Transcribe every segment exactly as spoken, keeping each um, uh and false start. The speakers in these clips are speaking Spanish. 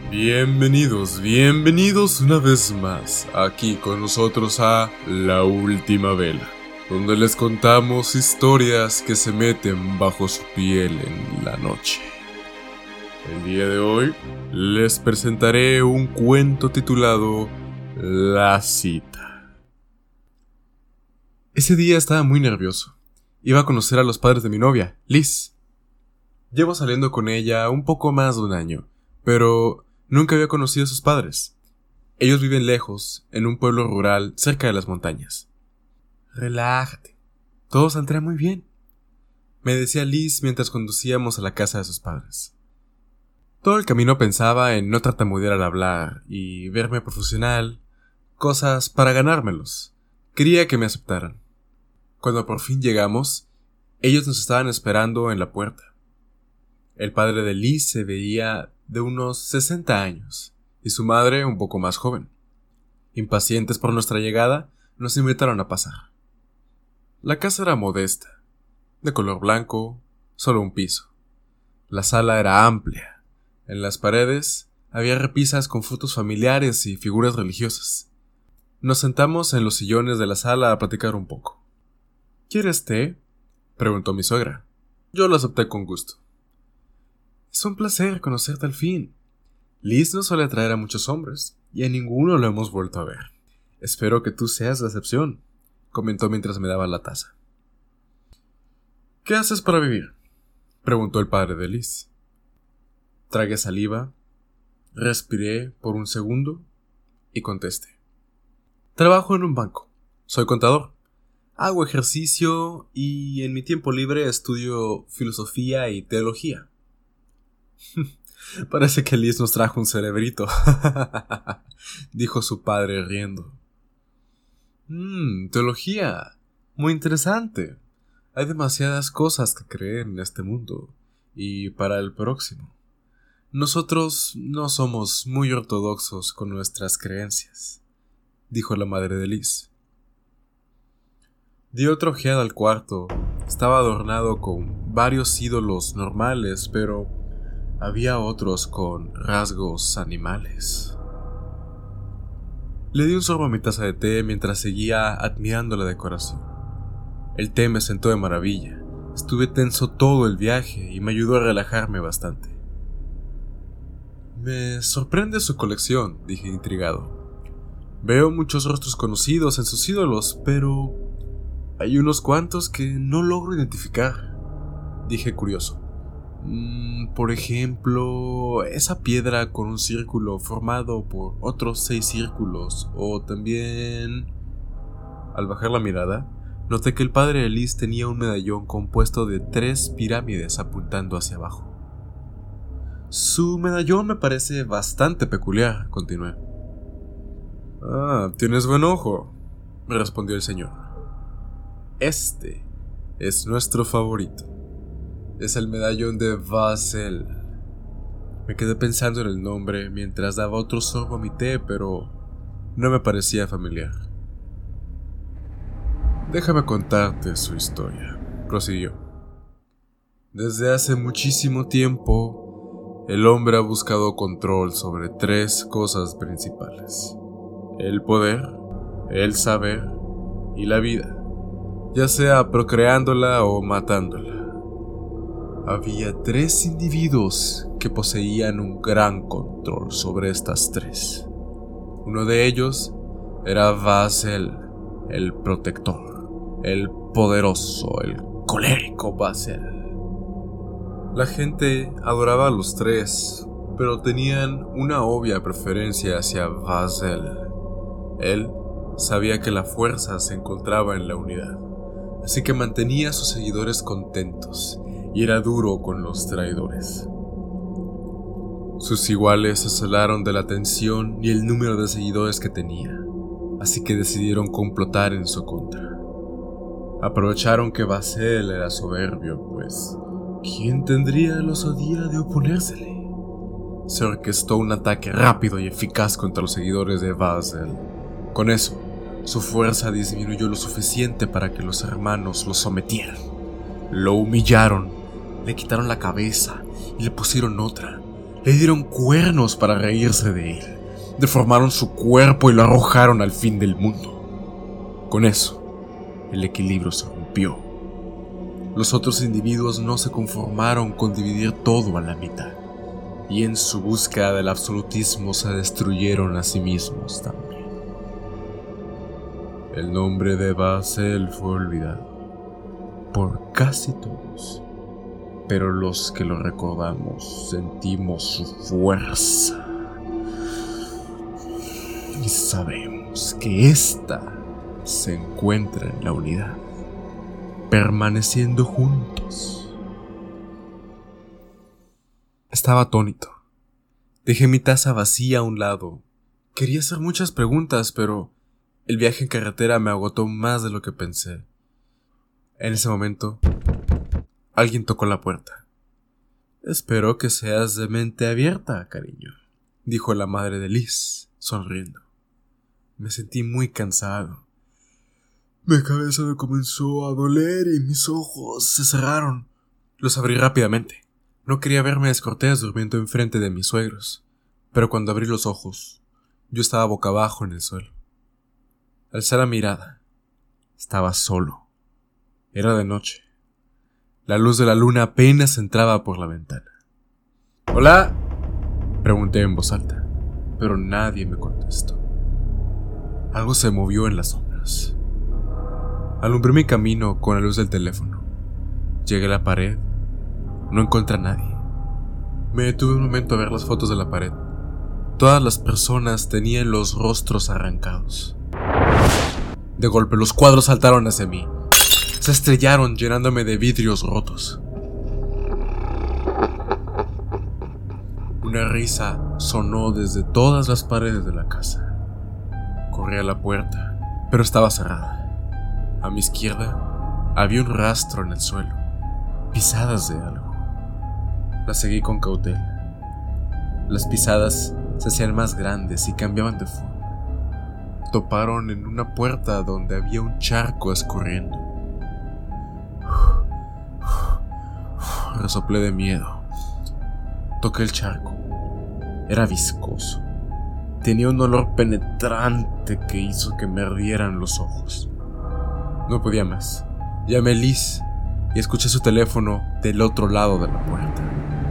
Bienvenidos, bienvenidos una vez más aquí con nosotros a La Última Vela, donde les contamos historias que se meten bajo su piel en la noche. El día de hoy les presentaré un cuento titulado La Cita. Ese día estaba muy nervioso. Iba a conocer a los padres de mi novia, Liz. Llevo saliendo con ella un poco más de un año, pero nunca había conocido a sus padres. Ellos viven lejos, en un pueblo rural cerca de las montañas. Relájate, todo saldrá muy bien, me decía Liz mientras conducíamos a la casa de sus padres. Todo el camino pensaba en no tartamudear al hablar y verme profesional, cosas para ganármelos. Quería que me aceptaran. Cuando por fin llegamos, ellos nos estaban esperando en la puerta. El padre de Liz se veía de unos sesenta años y su madre un poco más joven. Impacientes por nuestra llegada, nos invitaron a pasar. La casa era modesta, de color blanco, solo un piso. La sala era amplia. En las paredes había repisas con fotos familiares y figuras religiosas. Nos sentamos en los sillones de la sala a platicar un poco. ¿Quieres té?, preguntó mi suegra. Yo lo acepté con gusto. Es un placer conocerte al fin. Liz no suele atraer a muchos hombres, y a ninguno lo hemos vuelto a ver. Espero que tú seas la excepción, comentó mientras me daba la taza. ¿Qué haces para vivir?, preguntó el padre de Liz. Tragué saliva, respiré por un segundo y contesté. Trabajo en un banco, soy contador. Hago ejercicio y en mi tiempo libre estudio filosofía y teología. Parece que Liz nos trajo un cerebrito, dijo su padre riendo. Mmm, teología, muy interesante. Hay demasiadas cosas que creer en este mundo y para el próximo. Nosotros no somos muy ortodoxos con nuestras creencias, dijo la madre de Liz. Di otra ojeada al cuarto. Estaba adornado con varios ídolos normales, pero había otros con rasgos animales. Le di un sorbo a mi taza de té mientras seguía admirando la decoración. El té me sentó de maravilla. Estuve tenso todo el viaje y me ayudó a relajarme bastante. Me sorprende su colección, dije intrigado. Veo muchos rostros conocidos en sus ídolos, pero hay unos cuantos que no logro identificar, dije curioso. Mm, por ejemplo, esa piedra con un círculo formado por otros seis círculos, o también... Al bajar la mirada, noté que el padre de Liz tenía un medallón compuesto de tres pirámides apuntando hacia abajo. Su medallón me parece bastante peculiar, continué. Ah, tienes buen ojo, me respondió el señor. Este es nuestro favorito. Es el medallón de Vazel. Me quedé pensando en el nombre mientras daba otro sorbo a mi té, pero no me parecía familiar. Déjame contarte su historia, prosiguió. Desde hace muchísimo tiempo, el hombre ha buscado control sobre tres cosas principales: el poder, el saber y la vida, ya sea procreándola o matándola. Había tres individuos que poseían un gran control sobre estas tres. Uno de ellos era Vazel, el protector, el poderoso, el colérico Vazel. La gente adoraba a los tres, pero tenían una obvia preferencia hacia Vazel. Él sabía que la fuerza se encontraba en la unidad, así que mantenía a sus seguidores contentos y era duro con los traidores. Sus iguales se celaron de la atención y el número de seguidores que tenía, así que decidieron complotar en su contra. Aprovecharon que Vazel era soberbio, pues ¿quién tendría la osadía de oponérsele? Se orquestó un ataque rápido y eficaz contra los seguidores de Vazel. Con eso, su fuerza disminuyó lo suficiente para que los hermanos lo sometieran. Lo humillaron, le quitaron la cabeza y le pusieron otra. Le dieron cuernos para reírse de él. Deformaron su cuerpo y lo arrojaron al fin del mundo. Con eso, el equilibrio se rompió. Los otros individuos no se conformaron con dividir todo a la mitad, y en su búsqueda del absolutismo se destruyeron a sí mismos también. El nombre de Basel fue olvidado por casi todos, pero los que lo recordamos sentimos su fuerza y sabemos que ésta se encuentra en la unidad, permaneciendo juntos. Estaba atónito. Dejé mi taza vacía a un lado. Quería hacer muchas preguntas, pero el viaje en carretera me agotó más de lo que pensé. En ese momento, alguien tocó la puerta. «Espero que seas de mente abierta, cariño», dijo la madre de Liz, sonriendo. Me sentí muy cansado. Mi cabeza me comenzó a doler y mis ojos se cerraron. Los abrí rápidamente. No quería verme descortés durmiendo enfrente de mis suegros, pero cuando abrí los ojos, yo estaba boca abajo en el suelo. Alcé la mirada. Estaba solo. Era de noche. La luz de la luna apenas entraba por la ventana. «¿Hola?», pregunté en voz alta, pero nadie me contestó. Algo se movió en las sombras. Alumbré mi camino con la luz del teléfono. Llegué a la pared. No encontré a nadie. Me detuve un momento a ver las fotos de la pared. Todas las personas tenían los rostros arrancados. De golpe, los cuadros saltaron hacia mí. Se estrellaron llenándome de vidrios rotos. Una risa sonó desde todas las paredes de la casa. Corrí a la puerta, pero estaba cerrada. A mi izquierda había un rastro en el suelo, pisadas de algo. La seguí con cautela. Las pisadas se hacían más grandes y cambiaban de forma. Toparon en una puerta donde había un charco escurriendo. Resoplé de miedo. Toqué el charco. Era viscoso. Tenía un olor penetrante que hizo que me ardieran los ojos. No podía más. Llamé a Liz y escuché su teléfono del otro lado de la puerta.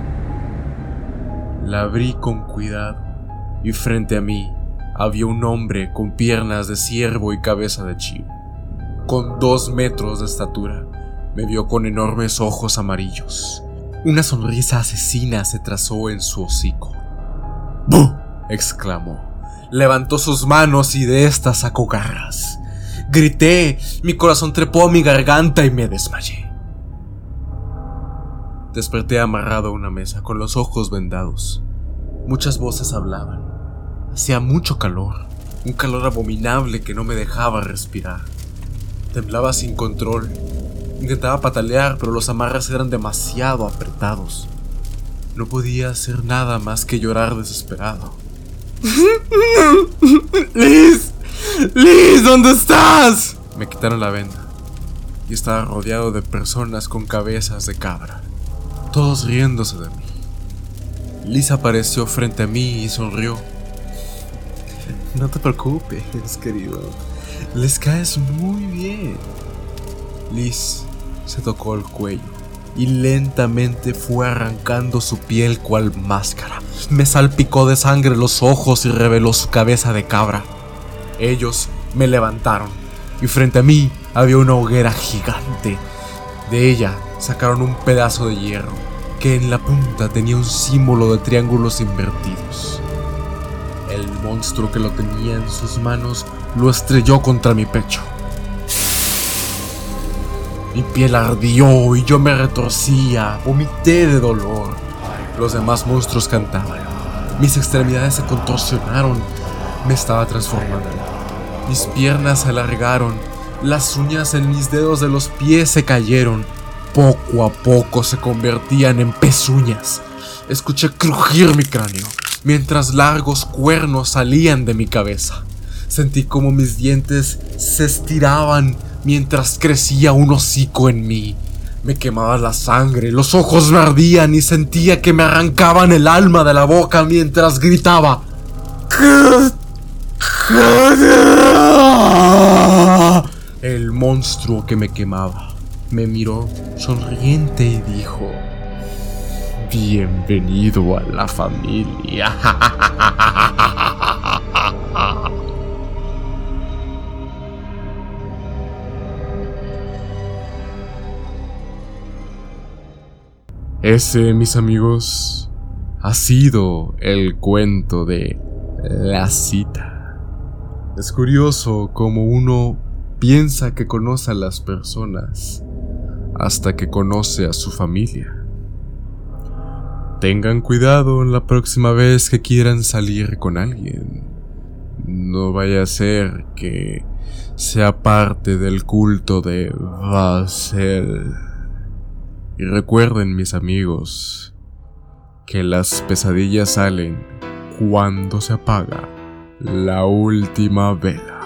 La abrí con cuidado y frente a mí había un hombre con piernas de ciervo y cabeza de chivo. Con dos metros de estatura, me vio con enormes ojos amarillos. Una sonrisa asesina se trazó en su hocico. ¡Buh!, exclamó. Levantó sus manos y de estas sacó garras. Grité, mi corazón trepó a mi garganta y me desmayé. Desperté amarrado a una mesa con los ojos vendados. Muchas voces hablaban. Hacía mucho calor, un calor abominable que no me dejaba respirar. Temblaba sin control. Intentaba patalear, pero los amarres eran demasiado apretados. No podía hacer nada más que llorar desesperado. ¡Liz! ¡Liz! ¿Dónde estás? Me quitaron la venda y estaba rodeado de personas con cabezas de cabra, todos riéndose de mí. Liz apareció frente a mí y sonrió. No te preocupes, querido. Les caes muy bien. Liz se tocó el cuello y lentamente fue arrancando su piel cual máscara. Me salpicó de sangre los ojos y reveló su cabeza de cabra. Ellos me levantaron y frente a mí había una hoguera gigante. De ella sacaron un pedazo de hierro que en la punta tenía un símbolo de triángulos invertidos. El monstruo que lo tenía en sus manos lo estrelló contra mi pecho. Mi piel ardió y yo me retorcía, vomité de dolor. Los demás monstruos cantaban. Mis extremidades se contorsionaron. Me estaba transformando. Mis piernas se alargaron. Las uñas en mis dedos de los pies se cayeron. Poco a poco se convertían en pezuñas. Escuché crujir mi cráneo, mientras largos cuernos salían de mi cabeza. Sentí como mis dientes se estiraban mientras crecía un hocico en mí. Me quemaba la sangre, los ojos me ardían y sentía que me arrancaban el alma de la boca mientras gritaba. El monstruo que me quemaba me miró sonriente y dijo: bienvenido a la familia. Ese, mis amigos, ha sido el cuento de La Cita. Es curioso cómo uno piensa que conoce a las personas hasta que conoce a su familia. Tengan cuidado la próxima vez que quieran salir con alguien. No vaya a ser que sea parte del culto de Basel. Y recuerden, mis amigos, que las pesadillas salen cuando se apaga la última vela.